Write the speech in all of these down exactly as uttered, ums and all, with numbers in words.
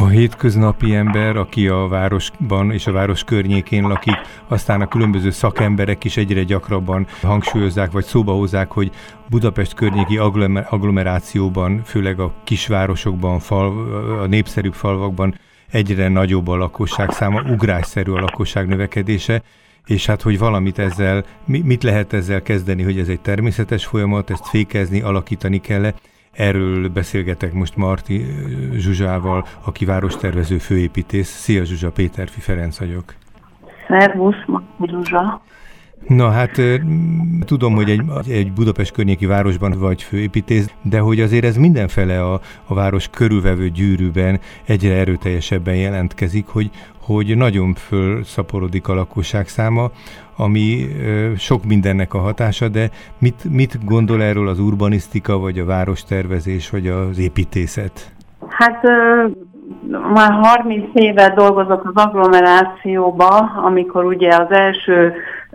A hétköznapi ember, aki a városban és a város környékén lakik, aztán a különböző szakemberek is egyre gyakrabban hangsúlyozzák, vagy szóba hozzák, hogy Budapest környéki agglomerációban, főleg a kisvárosokban, fal, a népszerűbb falvakban egyre nagyobb a lakosság száma, ugrásszerű a lakosság növekedése, és hát, hogy valamit ezzel, mit lehet ezzel kezdeni, hogy ez egy természetes folyamat, ezt fékezni, alakítani kell-e. Erről beszélgetek most Marti Zsuzsával, aki várostervező főépítész. Szia Zsuzsa, Péterfi Ferenc vagyok. Szervusz, Marti Zsuzsa. Na hát tudom, hogy egy, egy Budapest környéki városban vagy főépítész, de hogy azért ez mindenfele a, a város körülvevő gyűrűben egyre erőteljesebben jelentkezik, hogy, hogy nagyon fölszaporodik a lakosság száma, ami ö, sok mindennek a hatása, de mit, mit gondol erről az urbanisztika, vagy a várostervezés, vagy az építészet? Hát ö, már harminc éve dolgozok az agglomerációba, amikor ugye az első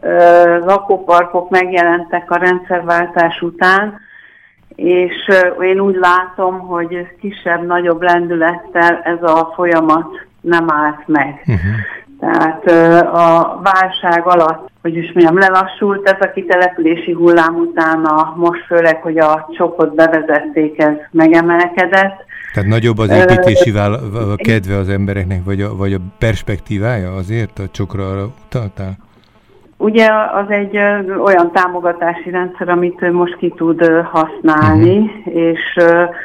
ö, lakóparkok megjelentek a rendszerváltás után, és ö, én úgy látom, hogy kisebb-nagyobb lendülettel ez a folyamat nem állt meg. Uh-huh. Tehát a válság alatt, hogy is mondjam, lelassult ez a kitelepülési hullám utána, most főleg, hogy a csokot bevezették, ez megemelkedett. Tehát nagyobb az építési vála- a kedve az embereknek, vagy a, vagy a perspektívája azért a csokra arra utaltál? Ugye az egy olyan támogatási rendszer, amit most ki tud használni, uh-huh. és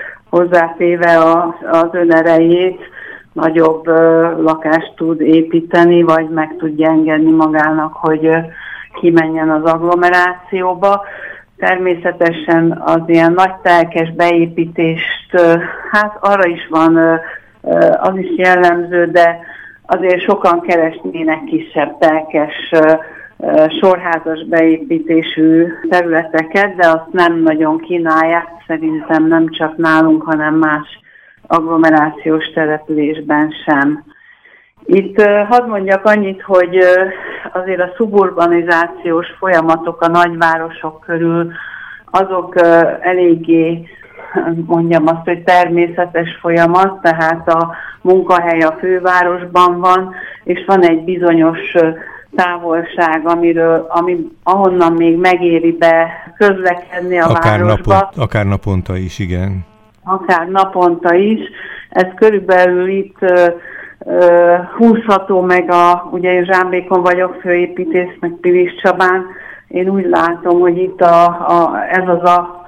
hozzátéve az önerejét, nagyobb uh, lakást tud építeni, vagy meg tudja engedni magának, hogy uh, kimenjen az agglomerációba. Természetesen az ilyen nagy telkes beépítést, uh, hát arra is van, uh, uh, az is jellemző, de azért sokan keresnének kisebb telkes uh, uh, sorházas beépítésű területeket, de azt nem nagyon kínálják, szerintem nem csak nálunk, hanem más agglomerációs településben sem. Itt uh, hadd mondjak annyit, hogy uh, azért a szuburbanizációs folyamatok a nagyvárosok körül, azok uh, eléggé, mondjam azt, hogy természetes folyamat, tehát a munkahely a fővárosban van, és van egy bizonyos uh, távolság, amiről, ami, ahonnan még megéri be közlekedni a akár városba. Napont, akár naponta is, igen. Akár naponta is. Ez körülbelül itt uh, uh, húzható meg a, ugye én Zsámbékon vagyok főépítész, meg Pilis Csabán. Én úgy látom, hogy itt a, a, ez az a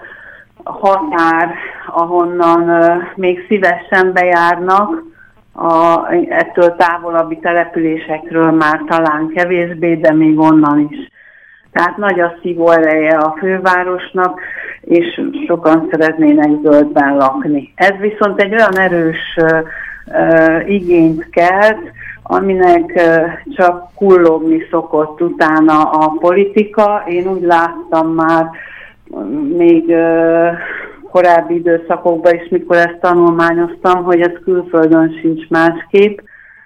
határ, ahonnan uh, még szívesen bejárnak, a, ettől távolabbi településekről már talán kevésbé, de még onnan is. Tehát nagy a szívó ereje a fővárosnak, és sokan szeretnének zöldben lakni. Ez viszont egy olyan erős uh, uh, igényt kelt, aminek uh, csak kullogni szokott utána a politika. Én úgy láttam már uh, még uh, korábbi időszakokban is, mikor ezt tanulmányoztam, hogy ez külföldön sincs másképp,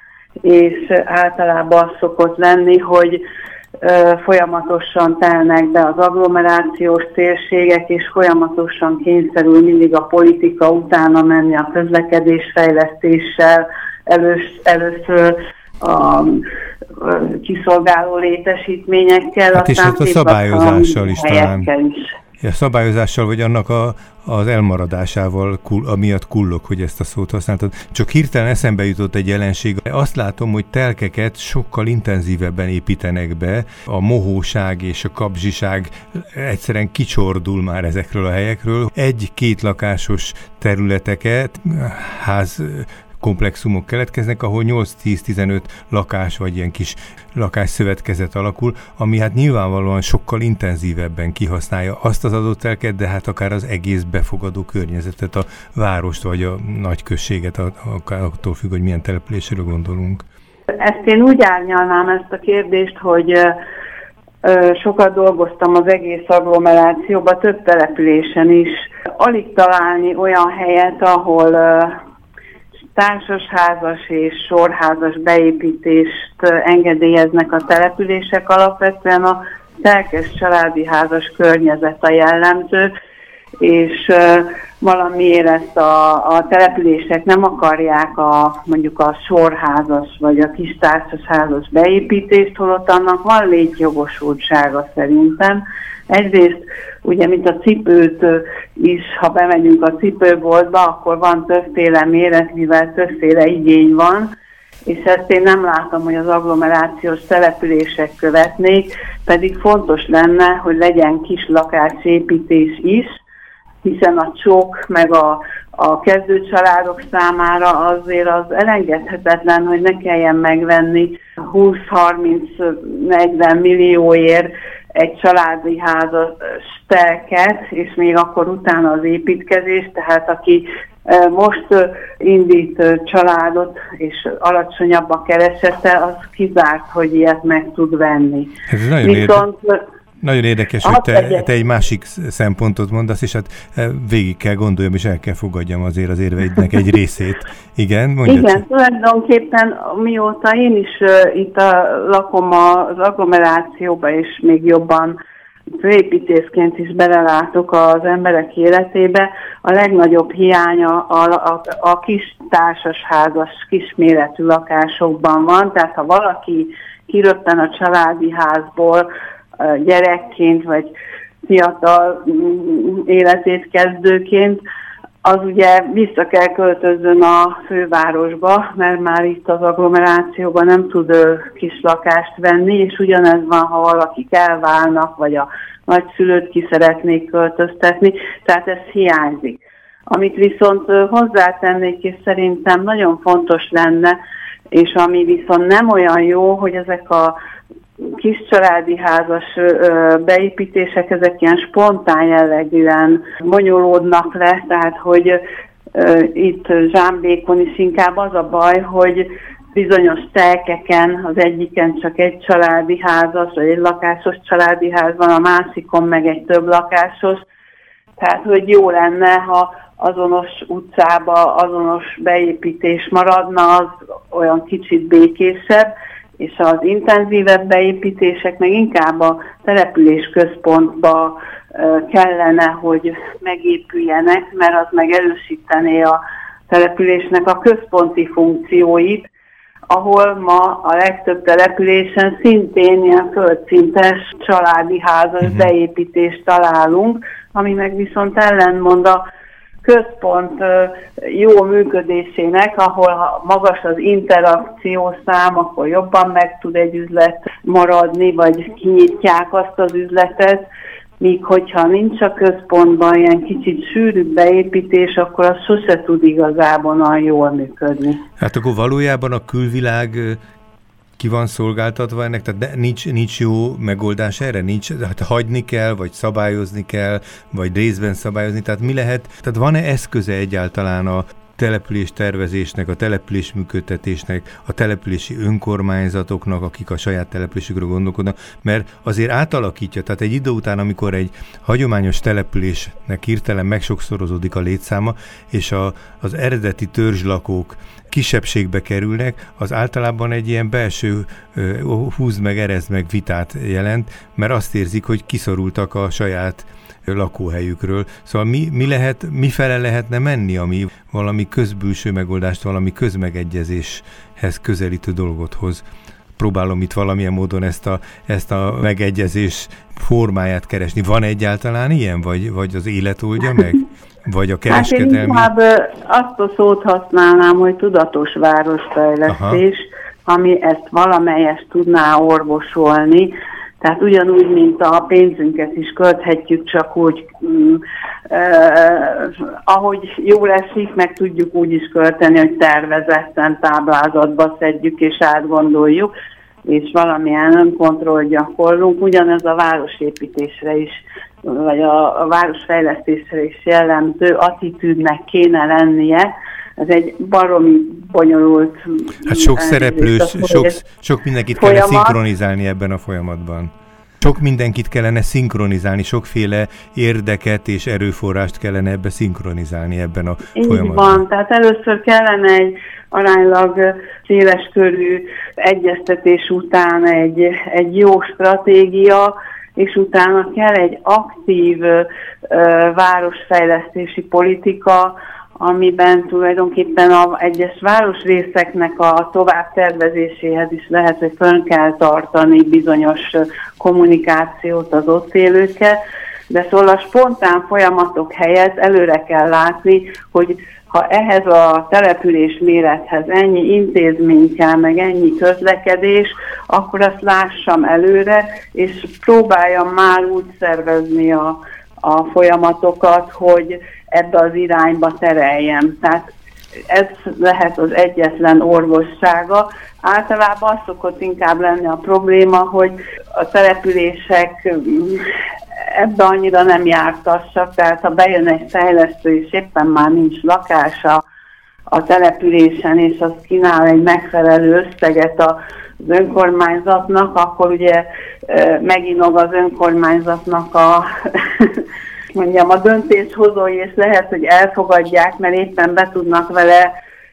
és általában az szokott lenni, hogy folyamatosan telnek be az agglomerációs térségek, és folyamatosan kényszerül mindig a politika utána menni a közlekedésfejlesztéssel, elős, először a kiszolgáló létesítményekkel, hát és hát a szabályozással is talán. Is. A szabályozással, vagy annak a, az elmaradásával, kul, amiatt kullog, hogy ezt a szót használtad. Csak hirtelen eszembe jutott egy jelenség. Azt látom, hogy telkeket sokkal intenzívebben építenek be. A mohóság és a kapzsiság egyszerűen kicsordul már ezekről a helyekről. Egy-két lakásos területeket, ház komplexumok keletkeznek, ahol nyolc-tíz-tizenöt lakás vagy ilyen kis lakásszövetkezet alakul, ami hát nyilvánvalóan sokkal intenzívebben kihasználja azt az adott telket, de hát akár az egész befogadó környezetet, a várost vagy a nagyközséget, akár attól függ, hogy milyen településről gondolunk. Ezt én úgy árnyalnám ezt a kérdést, hogy ö, sokat dolgoztam az egész agglomerációban, több településen is. Alig találni olyan helyet, ahol ö, társasházas és sorházas beépítést engedélyeznek a települések, alapvetően a telkes családi házas környezet a jellemző, és valamiért ezt a, a települések nem akarják a, mondjuk a sorházas vagy a kis társasházas beépítést, holott annak van létjogosultsága szerintem. Egyrészt, ugye, mint a cipőt is, ha bemegyünk a cipőboltba, akkor van többféle méret, mivel többféle igény van, és ezt én nem látom, hogy az agglomerációs települések követnék, pedig fontos lenne, hogy legyen kis lakásépítés is, hiszen a csók meg a, a kezdőcsaládok számára azért az elengedhetetlen, hogy ne kelljen megvenni húsz-harminc-negyven millióért egy családi házas telket, és még akkor utána az építkezés, tehát aki most indít családot, és alacsonyabb a keresete, az kizárt, hogy ilyet meg tud venni. Ez nagyon Viszont... Érde... Nagyon érdekes, hogy te, te egy másik szempontot mondasz, és hát végig kell gondoljam, és el kell fogadjam azért az érveidnek egy részét. Igen, mondjad. Igen, tulajdonképpen mióta én is uh, itt a, lakom az agglomerációba, és még jobban főépítészként is belelátok az emberek életébe, a legnagyobb hiánya a, a, a kis társasházas, kisméretű lakásokban van, tehát ha valaki kiröppen a családi házból, gyerekként, vagy fiatal életét kezdőként, az ugye vissza kell költözzön a fővárosba, mert már itt az agglomerációban nem tud kis lakást venni, és ugyanez van, ha valakik elválnak, vagy a nagyszülőt ki szeretnék költöztetni, tehát ez hiányzik. Amit viszont hozzátennék, és szerintem nagyon fontos lenne, és ami viszont nem olyan jó, hogy ezek a kis családi házas beépítések, ezek ilyen spontán jellegűen bonyolódnak le, tehát hogy itt Zsámbékon is inkább az a baj, hogy bizonyos telkeken az egyiken csak egy családi házas, vagy egy lakásos családi ház van, a másikon meg egy több lakásos, tehát hogy jó lenne, ha azonos utcába azonos beépítés maradna, az olyan kicsit békésebb, és az intenzívebb beépítések meg inkább a település központba kellene, hogy megépüljenek, mert az meg erősítené a településnek a központi funkcióit, ahol ma a legtöbb településen szintén ilyen földszintes családi házas uh-huh. beépítést találunk, ami meg viszont ellentmond a központ jó működésének, ahol magas az interakciószám, akkor jobban meg tud egy üzlet maradni, vagy kinyitják azt az üzletet, míg hogyha nincs a központban ilyen kicsit sűrűbb beépítés, akkor az sose tud igazából jól működni. Hát akkor valójában a külvilág ki van szolgáltatva ennek, tehát nincs, nincs jó megoldás erre, nincs, hát hagyni kell, vagy szabályozni kell, vagy részben szabályozni, tehát mi lehet, tehát van-e eszköze egyáltalán a település tervezésnek, a település működtetésnek, a települési önkormányzatoknak, akik a saját településükről gondolkodnak, mert azért átalakítja, tehát egy idő után, amikor egy hagyományos településnek hirtelen megsokszorozódik a létszáma, és a, az eredeti törzslakók kisebbségbe kerülnek, az általában egy ilyen belső uh, húzd meg, erezd meg vitát jelent, mert azt érzik, hogy kiszorultak a saját lakóhelyükről. Szóval mi, mi lehet, mifele lehetne menni, ami valami közbülső megoldást, valami közmegegyezéshez közelítő dolgot hoz. Próbálom itt valamilyen módon ezt a, ezt a megegyezés formáját keresni. Van egyáltalán ilyen, vagy, vagy az élet oldja meg? Vagy a kereskedelmi... Hát én inkább azt a szót használnám, hogy tudatos városfejlesztés, aha. ami ezt valamelyest tudná orvosolni. Tehát ugyanúgy, mint a pénzünket is költhetjük, csak úgy, mm, eh, ahogy jól esik, meg tudjuk úgy is költeni, hogy tervezetten táblázatba szedjük és átgondoljuk, és valamilyen önkontroll gyakorlunk. Ugyanez a városépítésre is, vagy a, a városfejlesztésre is jellemző attitűdnek kéne lennie. Ez egy baromi bonyolult... Hát sok szereplős, sok, sok mindenkit folyamat. Kellene szinkronizálni ebben a folyamatban. Sok mindenkit kellene szinkronizálni, sokféle érdeket és erőforrást kellene ebbe szinkronizálni ebben a így folyamatban. Van, tehát először kellene egy aránylag széleskörű egyeztetés után egy, egy jó stratégia, és utána kell egy aktív ö, városfejlesztési politika, amiben tulajdonképpen az egyes városrészeknek a továbbtervezéséhez is lehet, hogy fönn kell tartani bizonyos kommunikációt az ott élőkkel, de szóval a spontán folyamatok helyett előre kell látni, hogy ha ehhez a település mérethez ennyi intézmény kell, meg ennyi közlekedés, akkor azt lássam előre, és próbáljam már úgy szervezni a, a folyamatokat, hogy ebbe az irányba tereljem. Tehát ez lehet az egyetlen orvossága. Általában az szokott inkább lenni a probléma, hogy a települések ebbe annyira nem jártassak, tehát ha bejön egy fejlesztő, és éppen már nincs lakása a településen, és az kínál egy megfelelő összeget az önkormányzatnak, akkor ugye meginog az önkormányzatnak a mondjam, a döntéshozói, és lehet, hogy elfogadják, mert éppen be tudnak vele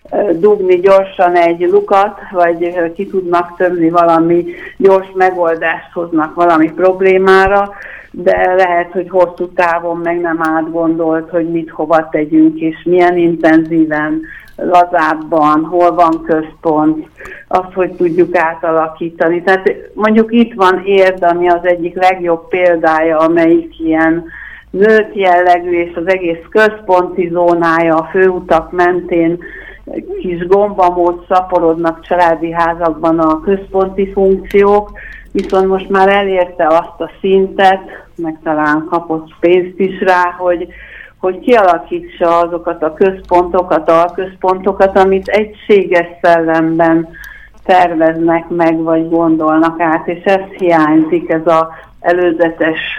dugni gyorsan egy lukat, vagy ki tudnak tömni valami gyors megoldást, hoznak valami problémára, de lehet, hogy hosszú távon meg nem átgondolt, hogy mit hova tegyünk, és milyen intenzíven, lazábban, hol van központ, azt, hogy tudjuk átalakítani. Tehát mondjuk itt van Érd, ami az egyik legjobb példája, amelyik ilyen zöld jellegű, és az egész központi zónája a főutak mentén kis gombamód szaporodnak családi házakban a központi funkciók, viszont most már elérte azt a szintet, meg talán kapott pénzt is rá, hogy, hogy kialakítsa azokat a központokat, alközpontokat, amit egységes szellemben terveznek meg, vagy gondolnak át, és ez hiányzik, ez az előzetes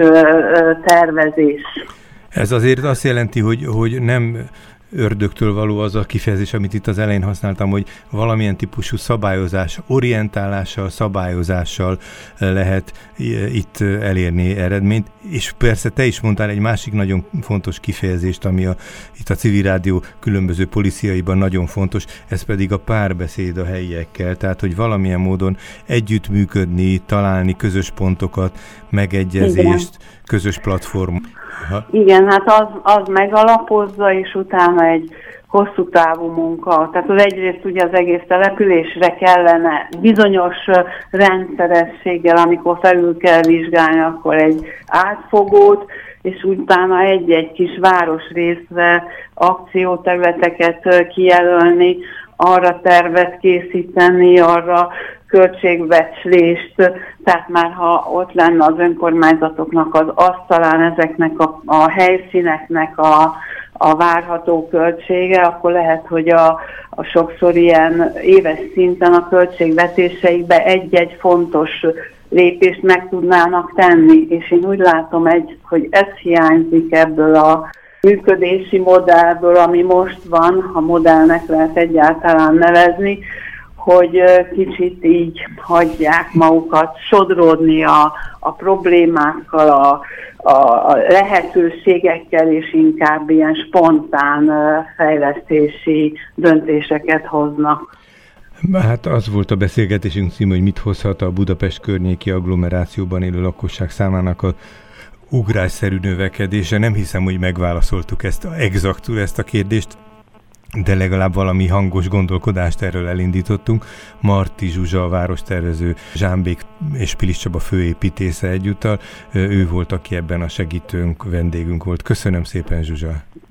tervezés. Ez azért azt jelenti, hogy, hogy nem ördögtől való az a kifejezés, amit itt az elején használtam, hogy valamilyen típusú szabályozás, orientálással, szabályozással lehet itt elérni eredményt. És persze te is mondtál egy másik nagyon fontos kifejezést, ami a, itt a Civil Rádió különböző políciaiban nagyon fontos, ez pedig a párbeszéd a helyiekkel, tehát hogy valamilyen módon együttműködni, találni közös pontokat, megegyezést, igen, közös platform. Ha. Igen, hát az, az megalapozza, és utána egy hosszú távú munka. Tehát az egyrészt ugye az egész településre kellene bizonyos rendszerességgel, amikor felül kell vizsgálni, akkor egy átfogót, és utána egy-egy kis városrészre akcióterületeket kijelölni, arra tervet készíteni, arra költségbecslést, tehát már ha ott lenne az önkormányzatoknak az asztalán ezeknek a, a helyszíneknek a, a várható költsége, akkor lehet, hogy a, a sokszor ilyen éves szinten a költségvetéseikbe egy-egy fontos lépést meg tudnának tenni, és én úgy látom, egy, hogy ez hiányzik ebből a működési modellből, ami most van, ha modellnek lehet egyáltalán nevezni, hogy kicsit így hagyják magukat sodródni a, a problémákkal, a, a, a lehetőségekkel, és inkább ilyen spontán fejlesztési döntéseket hoznak. Hát az volt a beszélgetésünk cím, hogy mit hozhat a Budapest környéki agglomerációban élő lakosság számának a ugrásszerű növekedése. Nem hiszem, hogy megválaszoltuk ezt exaktul ezt a kérdést, de legalább valami hangos gondolkodást erről elindítottunk. Marti Zsuzsa, a várostervező, Zsámbék és Pilis Csaba főépítésze egyúttal. Ő volt, aki ebben a segítőnk, vendégünk volt. Köszönöm szépen, Zsuzsa!